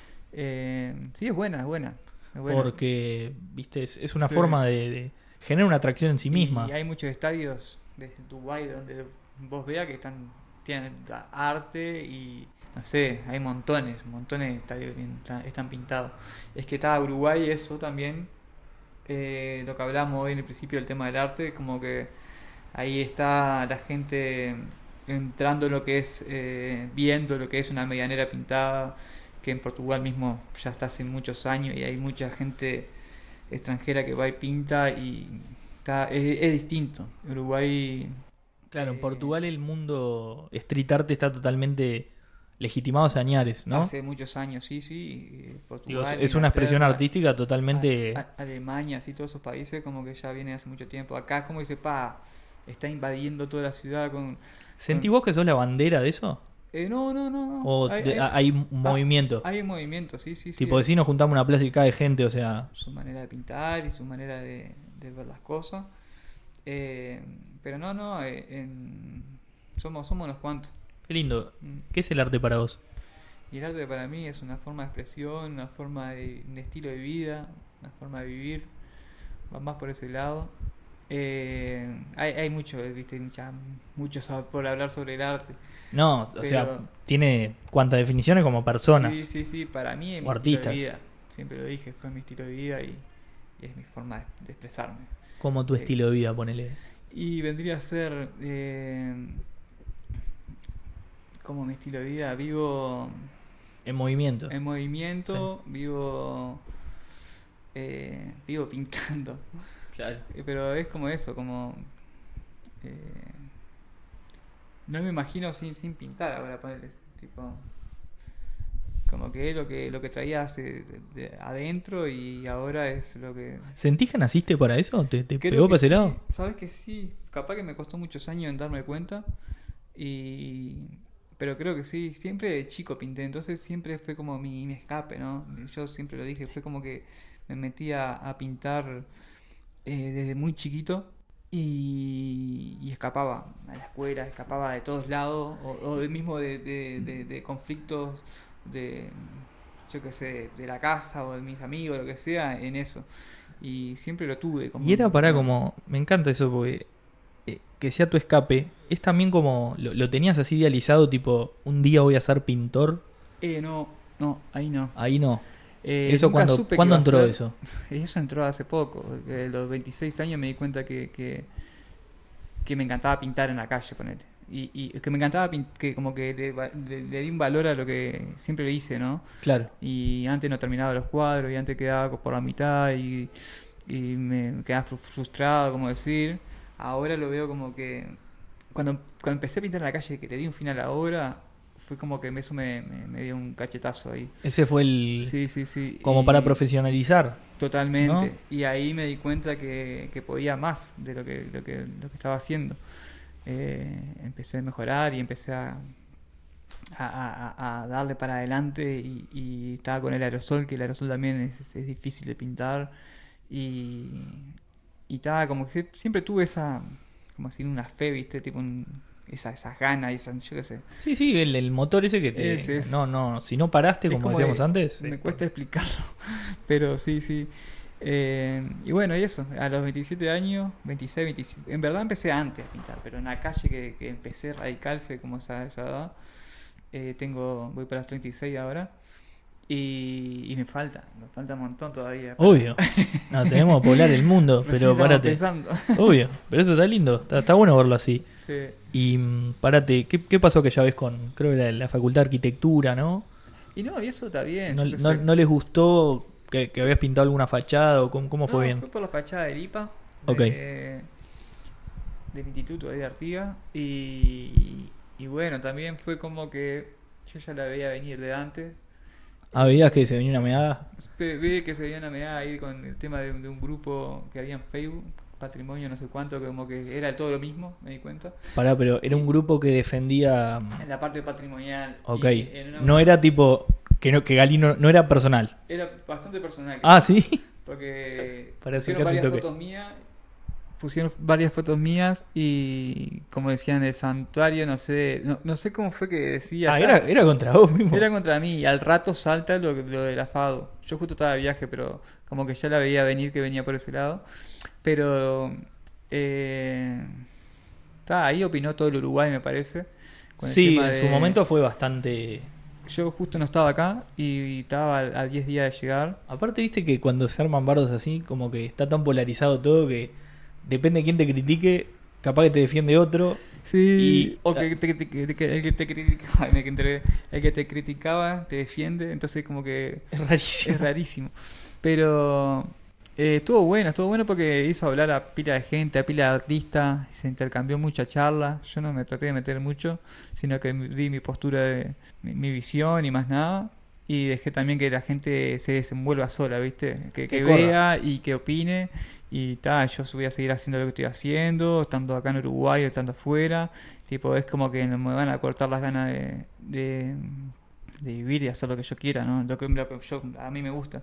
Eh, sí, es buena, es buena. Es buena. Porque, viste, es, es una Sí. forma de, de generar una atracción en sí misma. Y hay muchos estadios de Dubái donde vos veas que están tienen arte y no sé, hay montones, montones de estadios que están, están pintados. Es que está Uruguay eso también, eh, lo que hablamos hoy en el principio del tema del arte, como que ahí está la gente entrando en lo que es, eh, viendo lo que es una medianera pintada, que en Portugal mismo ya está hace muchos años y hay mucha gente extranjera que va y pinta y está, es, es distinto. Uruguay, Claro, en eh, Portugal el mundo street art está totalmente legitimado hace años, ¿no? hace muchos años, sí, sí. eh, Digo, Portugal, es una expresión Inglaterra, artística totalmente... a- a- Alemania, sí, todos esos países como que ya viene hace mucho tiempo. Acá como dice, pa, está invadiendo toda la ciudad con... ¿Sentís vos que sos la bandera de eso? Eh, no, no, no, no. ¿O Hay, de- hay- hay un movimiento? hay un movimiento, sí, sí, sí. Tipo, de si nos juntamos en una plaza y cae gente, o sea... Su manera de pintar y su manera de, de ver las cosas. Eh, pero no, no, eh, en- somos, somos unos cuantos. Qué lindo. Mm. ¿Qué es el arte para vos? Y el arte para mí es una forma de expresión, una forma de, de estilo de vida, una forma de vivir. Va más por ese lado. Eh, hay, hay mucho, eh, viste, ya mucho sab- por hablar sobre el arte. No, o sea, Pero- tiene cuantas definiciones como personas. Sí, sí, sí, para mí es mi O artistas. estilo de vida. Siempre lo dije, fue mi estilo de vida y, y es mi forma de, de expresarme. Como tu Eh, estilo de vida, ponele. Y vendría a ser eh, como mi estilo de vida. Vivo En movimiento. en movimiento, vivo eh, vivo pintando. Claro. Eh, Pero es como eso, como eh, no me imagino sin, sin pintar ahora, ponerle tipo como que es lo que lo que traía hace de, de adentro y ahora es lo que ¿Sentís que naciste para eso? ¿Te, te creo pegó que para ese sí, lado? sabes que sí, capaz que me costó muchos años en darme cuenta y pero creo que sí, siempre de chico pinté, entonces siempre fue como mi, mi escape, ¿no? Yo siempre lo dije, fue como que me metí a, a pintar eh, desde muy chiquito y, y escapaba a la escuela, escapaba de todos lados, o, o de mismo de, de, de, de conflictos de, yo qué sé, de la casa o de mis amigos, lo que sea, en eso. Y siempre lo tuve. Como, Y era para como... Me encanta eso porque... eh, que sea tu escape. Es también como... Lo, lo tenías así idealizado, tipo... Un día voy a ser pintor. Eh, no, no, ahí no. Ahí no. Eh, eso nunca cuando, supe que ¿cuándo iba a entró ser. eso? Eso entró hace poco. A los veintiséis años me di cuenta que, que, que me encantaba pintar en la calle, ponele. Y, y que me encantaba pin- que como que le, va- le- le di un valor a lo que siempre lo hice, ¿no? Claro. Y antes no terminaba los cuadros y antes quedaba por la mitad y, y me quedaba fru- frustrado, como decir. Ahora lo veo como que cuando, cuando empecé a pintar en la calle, que le di un fin a la obra, fue como que eso me, me, me dio un cachetazo ahí. Ese fue el... Sí, sí, sí. Como Y para profesionalizar. totalmente. ¿no? Y ahí me di cuenta que, que podía más de lo que, lo que, lo que estaba haciendo. Eh, empecé a mejorar y empecé a, a, a- a darle para adelante y, y estaba con el aerosol, que el aerosol también es, es difícil de pintar y, y estaba como que siempre tuve esa, como decir, una fe, viste, tipo un- esa, esas ganas y esa, yo qué sé. Sí, sí, el, el motor ese que te... Ese es. No, no, si no paraste, Es como, como decíamos de- antes... Me eh, cuesta explicarlo, pero sí, sí. Eh, y bueno, y eso, a los veintisiete años, veintiséis, veintisiete, en verdad empecé antes a pintar, pero en la calle que, que empecé radical fue como esa, esa edad. Eh, tengo, voy para los treinta y seis ahora y, y me falta, me falta un montón todavía. Obvio. No, tenemos que poblar el mundo, Recién pero estamos párate. empezando. Obvio, pero eso está lindo, está, está bueno verlo así. Sí. Y mm, párate, ¿qué, qué pasó aquella vez con, creo que la, la facultad de arquitectura, ¿no? Y no, y eso está bien. ¿No, yo qué no, sé. no les gustó que, que habías pintado alguna fachada o cómo, cómo fue No, bien? Fue por la fachada del I P A, Ok. de- del instituto ahí de Artigas. Y, y bueno, también fue como que yo ya la veía venir de antes. Ah, veías que se venía una medada. Ve ve que se veía una medida ahí con el tema de, de un grupo que había en Facebook, Patrimonio no sé cuánto, que como que era todo lo mismo, me di cuenta. Pará, pero era un grupo que defendía... En la parte patrimonial. Ok, y en una- no era tipo... Que, no, que Galino no era personal. Era bastante personal. Ah, ¿sí? Porque Para pusieron sacarte un varias toque. fotos mías. Pusieron varias fotos mías y como decían el santuario, no sé, no, no sé cómo fue que decía. Ah, acá. era, era contra vos mismo. Era contra mí y al rato salta lo, lo del afado. Yo justo estaba de viaje, pero como que ya la veía venir que venía por ese lado. Pero eh, ta, ahí opinó todo el Uruguay, me parece. con el Sí, tema en de- su momento fue bastante... Yo justo no estaba acá y estaba a a diez días de llegar. Aparte, viste que cuando se arman bardos así, como que está tan polarizado todo que depende de quién te critique, capaz que te defiende otro. Sí, Y- o que, te- te- que- que el que te criticaba, ay, me enteré, el que te criticaba te defiende, entonces como que Es rarísimo. es rarísimo. Pero eh, estuvo bueno, estuvo bueno porque hizo hablar a pila de gente, a pila de artistas, se intercambió mucha charla. Yo no me traté de meter mucho, sino que di mi postura, de mi, mi visión y más nada. Y dejé también que la gente se desenvuelva sola, ¿viste? Que, Que que corra. vea y que opine. Y tal, yo voy a seguir haciendo lo que estoy haciendo, estando acá en Uruguay o estando afuera. Tipo, es como que no me van a cortar las ganas de, de, de vivir y hacer lo que yo quiera, ¿no? Lo que, lo que yo, a mí me gusta.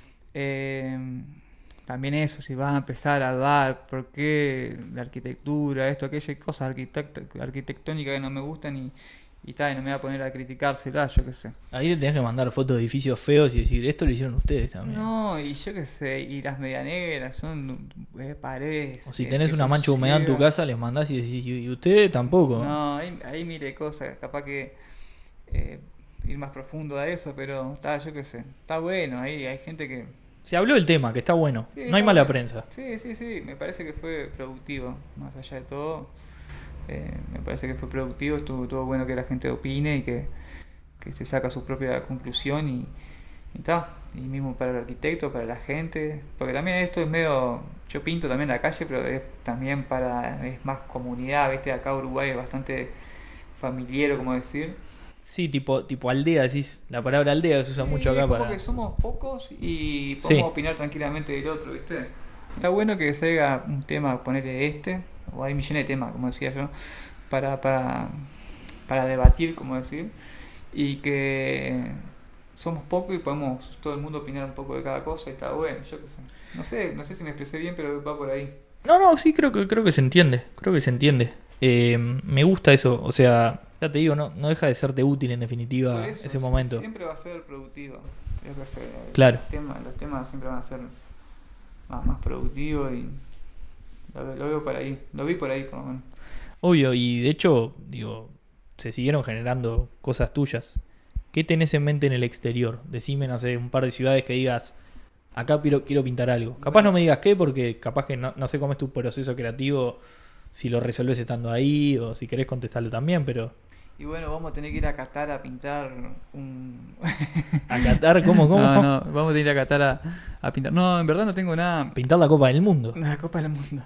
Eh, también eso, si vas a empezar a dar por qué la arquitectura, esto, aquello, hay cosas arquitect- arquitectónicas que no me gustan y, y tal, y no me voy a poner a criticársela, yo qué sé. Ahí te tenías que mandar fotos de edificios feos y decir, esto lo hicieron ustedes también. No, y yo qué sé, y las medianeras son eh, paredes. O si que- tenés que una son mancha de humedad en tu ciegas. casa, les mandás y decís, y y ustedes tampoco. No, ahí, ahí mire cosas, capaz que eh, ir más profundo a eso, pero está, yo qué sé, está bueno, ahí hay gente que... Se habló del tema, que está bueno. Sí, no hay está mala bueno. prensa. Sí, sí, sí, me parece que fue productivo, más allá de todo. Eh, me parece que fue productivo, estuvo todo bueno que la gente opine y que, que se saca su propia conclusión y y ta, y mismo para el arquitecto, para la gente, porque también esto es medio, yo pinto también la calle, pero es también para, es más comunidad, viste, acá Uruguay es bastante familiar, como decir. Sí, tipo, tipo aldea, decís. La palabra aldea se usa Sí, mucho acá como para... que somos pocos y Sí. podemos opinar tranquilamente del otro, ¿viste? Está bueno que salga un tema, ponerle este, o hay millones de temas, como decía yo, para, para, para debatir, como decir, y que somos pocos y podemos todo el mundo opinar un poco de cada cosa y está bueno, yo qué sé. No sé, no sé si me expresé bien, pero va por ahí. No, no, sí, creo que, creo que se entiende. Creo que se entiende. Eh, me gusta eso. O sea, ya te digo, no, no deja de serte útil en definitiva Por eso, ese momento. Siempre va a ser productivo. Yo qué sé, Claro. Los temas, los temas siempre van a ser más, más productivos y lo, lo veo por ahí. Lo vi por ahí, por lo menos. Obvio, y de hecho, digo, se siguieron generando cosas tuyas. ¿Qué tenés en mente en el exterior? Decime, no sé, un par de ciudades que digas, acá quiero, quiero pintar algo. Capaz Bueno. no me digas qué, porque capaz que no, no sé cómo es tu proceso creativo si lo resolvés estando ahí o si querés contestarlo también, pero... Y bueno, vamos a tener que ir a Qatar a pintar un... ¿A Qatar? ¿Cómo? ¿Cómo? No, no, vamos a tener que ir a Qatar a, a pintar. No, en verdad no tengo nada... Pintar la Copa del Mundo. La Copa del Mundo.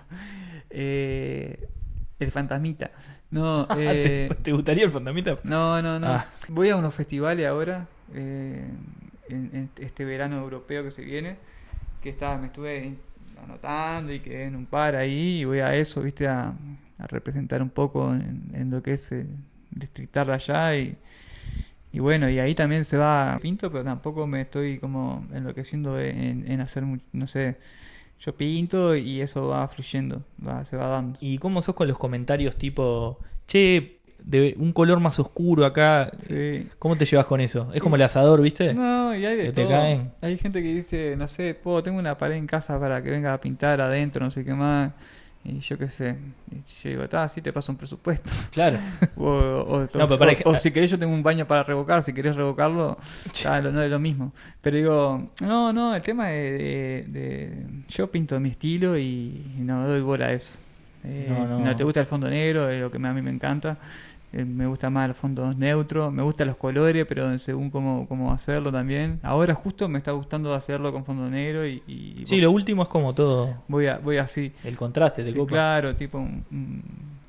Eh, el fantasmita. No, eh... ¿Te, ¿Te gustaría el fantasmita? No, no, no. Ah. Voy a unos festivales ahora, eh, en, en este verano europeo que se viene, que está, me estuve anotando y quedé en un par ahí y voy a eso, viste, a, a representar un poco en, en lo que es el distrital de allá y, y bueno, y ahí también se va pinto, pero tampoco me estoy como enloqueciendo en, en hacer, no sé, yo pinto y eso va fluyendo, va, se va dando. ¿Y cómo sos con los comentarios tipo, che, de un color más oscuro acá? Sí. ¿Cómo te llevas con eso? Es como el asador, ¿viste? No, y hay de que todo. Te caen. Hay gente que dice, no sé, puedo, tengo una pared en casa para que venga a pintar adentro, no sé qué más. Y yo qué sé. Y yo digo, está, sí te paso un presupuesto. Claro. o, o, no, o, para... o, o si querés yo tengo un baño para revocar, si querés revocarlo, ya, lo, no es lo mismo. Pero digo, no, no, el tema de, de, de yo pinto mi estilo y no doy bola a eso. Eh, no, no. Si no te gusta el fondo negro, es lo que a mí me encanta. Eh, me gusta más los fondos neutros, me gustan los colores, pero según cómo, cómo hacerlo también. Ahora justo me está gustando hacerlo con fondo negro y... y sí, lo último es como todo... Voy a, voy así. El contraste de copa. Claro, tipo un... un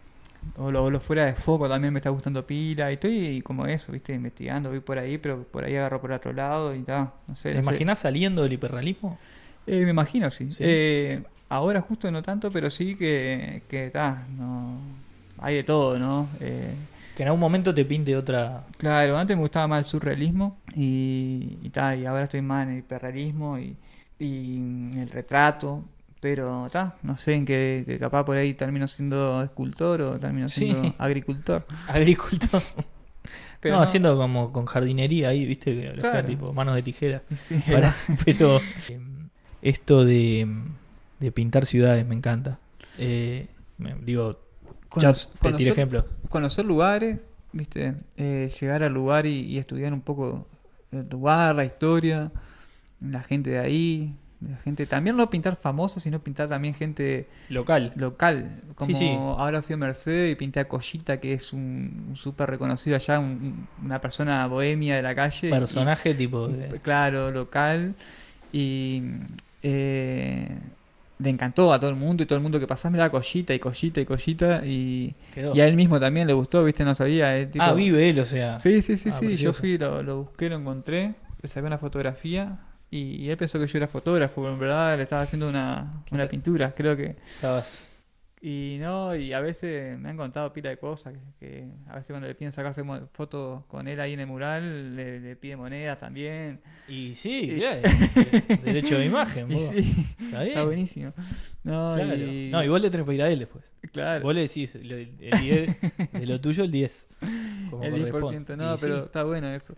o lo, lo fuera de foco también me está gustando pila y estoy como eso, viste, investigando, voy por ahí, pero por ahí agarro por otro lado y tal, no sé. ¿Te no imaginás sé. saliendo del hiperrealismo? Eh, me imagino, sí. ¿Sí? Eh, ahora justo no tanto, pero sí que, que ta, no, hay de todo, ¿no? Eh, que en algún momento te pinte otra... Claro, antes me gustaba más el surrealismo y, y tal, y ahora estoy más en el hiperrealismo y, y el retrato. Pero ta, no sé en qué, que capaz por ahí termino siendo escultor o termino siendo sí. agricultor. Agricultor. Pero no, no, haciendo como con jardinería ahí, viste, que claro. Los tipo manos de tijera. Sí, Para, pero eh, esto de, de pintar ciudades me encanta. Eh, me, digo, Cono- ya te tiré ejemplos. Conocer lugares, viste, eh, llegar al lugar y, y estudiar un poco el lugar, la historia, la gente de ahí. La gente, también no pintar famosos, sino pintar también gente local. Local. Como sí, sí. Ahora fui a Mercedes y pinté a Collita, que es un, un súper reconocido allá, un, una persona bohemia de la calle. Personaje y, tipo de... Claro, local. Y eh, le encantó a todo el mundo y todo el mundo que pasaba, mirá Collita y Collita y Collita. Y, y a él mismo también le gustó, viste, no sabía. Él, tipo, ah, vive él, o sea. Sí, sí, sí, ah, sí. precioso. Yo fui, lo, lo busqué, lo encontré, le saqué una fotografía. Y él pensó que yo era fotógrafo, pero en verdad le estaba haciendo una, una pintura, creo que. Estabas. Y no, y a veces me han contado pila de cosas, que, que a veces cuando le piden sacarse fotos con él ahí en el mural, le, le pide monedas también. Y sí, y... claro, derecho de imagen, y vos. sí, Está bien. Está buenísimo. No, claro. y... no, y vos le tenés que ir a él después. Claro. Vos le decís, el, el diez, de lo tuyo el diez. Como el diez por ciento, no, y pero sí. Está bueno eso.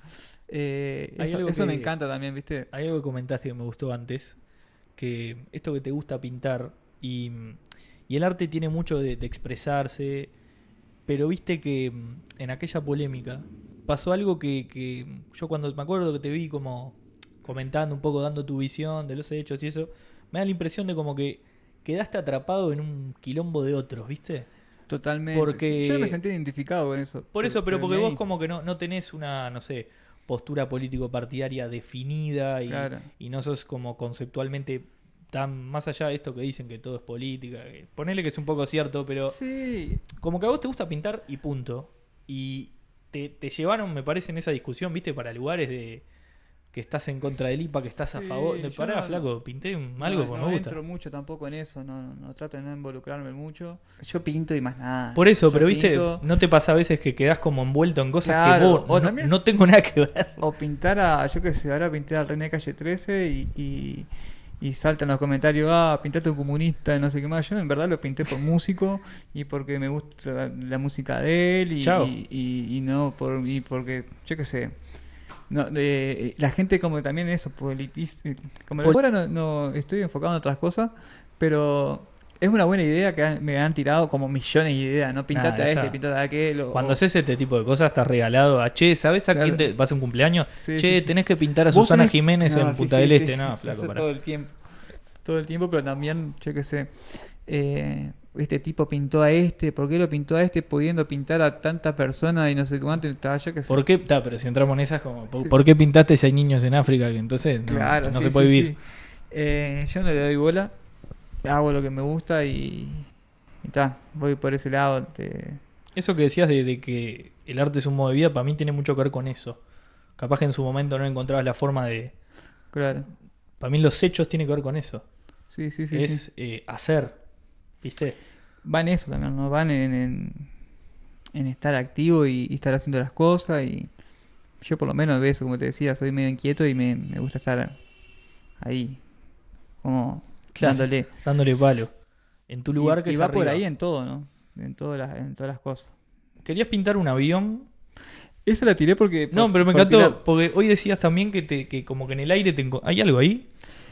Eh, Hay eso eso que, me encanta también, ¿viste? Hay algo que comentaste que me gustó antes, que esto que te gusta pintar y, y el arte tiene mucho de, de expresarse, pero viste que en aquella polémica pasó algo que, que yo cuando me acuerdo que te vi como comentando un poco, dando tu visión de los hechos y eso, me da la impresión de como que quedaste atrapado en un quilombo de otros, ¿viste? Totalmente. Porque... Yo me sentí identificado con eso. Por eso, pero, pero porque ahí... vos como que no, no tenés una, no sé, postura político-partidaria definida y, claro. y no sos como conceptualmente tan más allá de esto que dicen que todo es política. Que ponele que es un poco cierto, pero sí. Como que a vos te gusta pintar y punto. Y te, te llevaron, me parece, en esa discusión, viste, para lugares de... que estás en contra del I P A, que estás sí, a favor. De pará, no, flaco, pinté un, algo no, que no me gusta. entro mucho tampoco en eso, no, no, no trato de no involucrarme mucho. Yo pinto y más nada. Por eso, Yo pero pinto... viste, ¿no te pasa a veces que quedás como envuelto en cosas claro, que vos o no, también no tengo nada que ver? O pintar a, yo qué sé, ahora pinté al René Calle trece y, y, y saltan los comentarios, ah, pintaste un comunista, no sé qué más. Yo en verdad lo pinté por músico y porque me gusta la música de él y, y, y, y no por y porque, yo qué sé. No, eh, la gente como también eso, politiza, como Pol- ahora no, no estoy enfocado en otras cosas, pero es una buena idea que han, me han tirado como millones de ideas, ¿no? Pintate nah, a este, pintate a aquel. O, cuando haces este tipo de cosas estás regalado a, che, ¿sabes a claro. quién te vas a un cumpleaños? Sí, che, sí, sí. tenés que pintar a Susana tenés... Jiménez no, en Punta sí, del sí, Este, sí, no, flaco. Para. Todo el tiempo, todo el tiempo, pero también, yo qué sé, eh, este tipo pintó a este, ¿por qué lo pintó a este pudiendo pintar a tanta persona y no sé cuánto? Estaba yo que sé. ¿Por qué? Ta, pero si entramos en esas, como, ¿por, ¿por qué pintaste si hay niños en África? Que entonces no, Claro, no sí, se puede sí, vivir. sí. Eh, yo no le doy bola, hago lo que me gusta y y ta, voy por ese lado. Te... Eso que decías de, de que el arte es un modo de vida, para mí tiene mucho que ver con eso. Capaz que en su momento no encontrabas la forma de... Claro. Para mí los hechos tienen que ver con eso. Sí, sí, sí. es sí. eh, hacer, ¿viste? Va en eso también, ¿no? Van en, en, en estar activo y, y estar haciendo las cosas. Y yo por lo menos de eso, como te decía, soy medio inquieto y me, me gusta estar ahí, como Claro, dándole. dándole palo. En tu lugar y, que y es va por arriba. ahí en todo, ¿no? En todas las, en todas las cosas. Querías pintar un avión. Esa la tiré porque... No, por- pero me por encantó, tirar. porque hoy decías también que, te, que como que en el aire te enco- ¿hay algo ahí?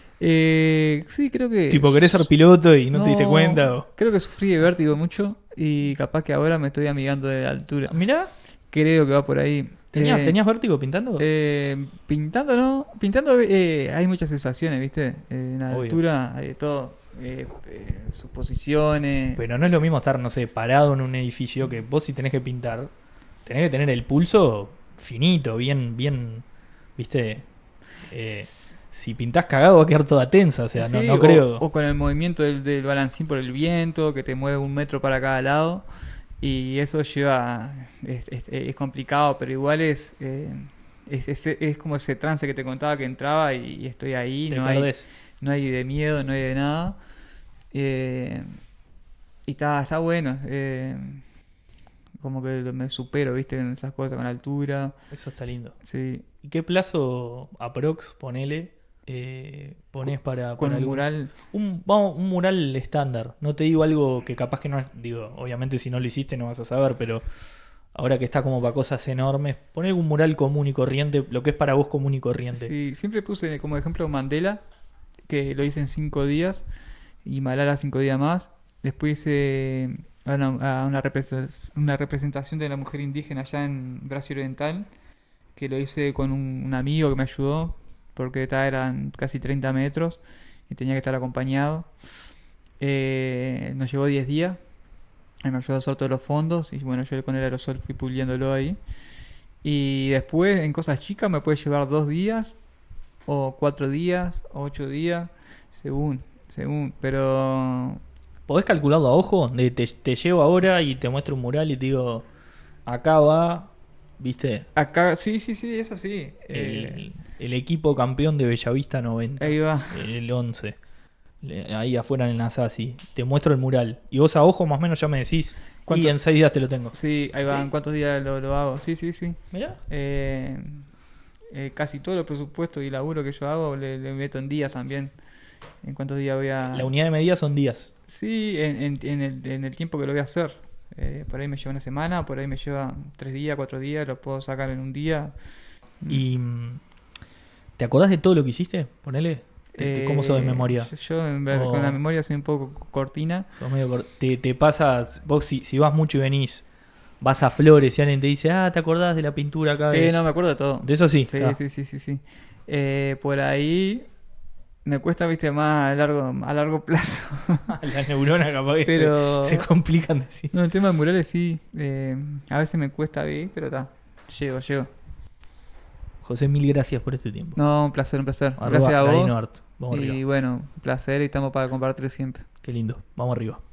Eh, sí, creo que... Tipo, querés ser piloto y no, te diste cuenta. O... Creo que sufrí de vértigo mucho y capaz que ahora me estoy amigando de la altura. Mirá, Creo que va por ahí. ¿tenías, Eh, ¿tenías vértigo pintando? eh, pintando, ¿no? Pintando eh, hay muchas sensaciones, ¿viste? Eh, en la Obvio. altura hay de todo. Eh, eh, sus posiciones. Pero no es lo mismo estar, no sé, parado en un edificio que vos si tenés que pintar, tenés que tener el pulso finito, bien, bien, viste. Eh, si pintás cagado va a quedar toda tensa, o sea, no, Sí, no o- creo. O con el movimiento del, del balancín por el viento, que te mueve un metro para cada lado. Y eso lleva. Es, es- es complicado, pero igual es. eh, es, es- es como ese trance que te contaba que entraba y, y estoy ahí. te no hay, perdés. no hay de miedo, no hay de nada. Eh, y está, está bueno. eh, como que lo- me supero, ¿viste? En esas cosas, con altura. Eso está lindo. Sí. ¿Y qué plazo aprox, ponele, eh, ponés para, Con para un algún- mural. Un, vamos, un mural estándar. No te digo algo que capaz que no es. Digo, obviamente si no lo hiciste no vas a saber, pero ahora que está como para cosas enormes, pon algún mural común y corriente, lo que es para vos común y corriente. Sí, siempre puse como ejemplo Mandela, que lo hice en cinco días, y Malala cinco días más. Después hice a una, a una, represa- una representación de la mujer indígena allá en Brasil Oriental, que lo hice con un, un amigo que me ayudó, porque ta, eran casi treinta metros y tenía que estar acompañado. Eh, nos llevó diez días, y me ayudó a hacer todos los fondos, y bueno, yo con el aerosol fui puliéndolo ahí. Y después en cosas chicas me puede llevar dos días, o cuatro días, o ocho días, según, según, pero... ¿Podés calcularlo a ojo? De, te, te llevo ahora y te muestro un mural y te digo, acá va, ¿viste? Acá, sí, sí, sí, eso sí. eh, El, el equipo campeón de Bellavista noventa. ahí va. El once. Le- Ahí afuera en el Nasasi. Te muestro el mural. Y vos a ojo más o menos ya me decís. ¿Cuánto? Y en seis días te lo tengo. Sí, ahí va. Sí. ¿En cuántos días lo, lo hago? Sí, sí, sí. Mirá. Eh, eh, casi todo el presupuesto y laburo que yo hago le, le meto en días también. ¿En cuántos días voy a...? La unidad de medida son días. Sí, en, en, en el, en el tiempo que lo voy a hacer. Eh, por ahí me lleva una semana, por ahí me lleva tres días, cuatro días, lo puedo sacar en un día. Y mm, ¿te acordás de todo lo que hiciste? Ponele. Te- te- ¿Cómo sos de Eh, memoria? Yo, yo, en ver- O- con la memoria soy un poco cortina. Sos medio cor- te, te pasas, vos si, si vas mucho y venís, vas a Flores y alguien te dice, ah, ¿te acordás de la pintura acá? Sí, de... no, me acuerdo de todo. de eso sí. Sí, está. sí, sí, sí, sí. Eh, por ahí me cuesta, viste, más a largo, a largo plazo. Las neuronas capaz que Pero- se, se complican de sí. No, el tema de murales sí. eh, a veces me cuesta bien, pero está. Llego, llego. José, mil gracias por este tiempo. No, un placer, un placer. Arroba Gracias a vos. Ladino Art. Vamos Y arriba. bueno, un placer y estamos para compartir siempre. Qué lindo. Vamos arriba.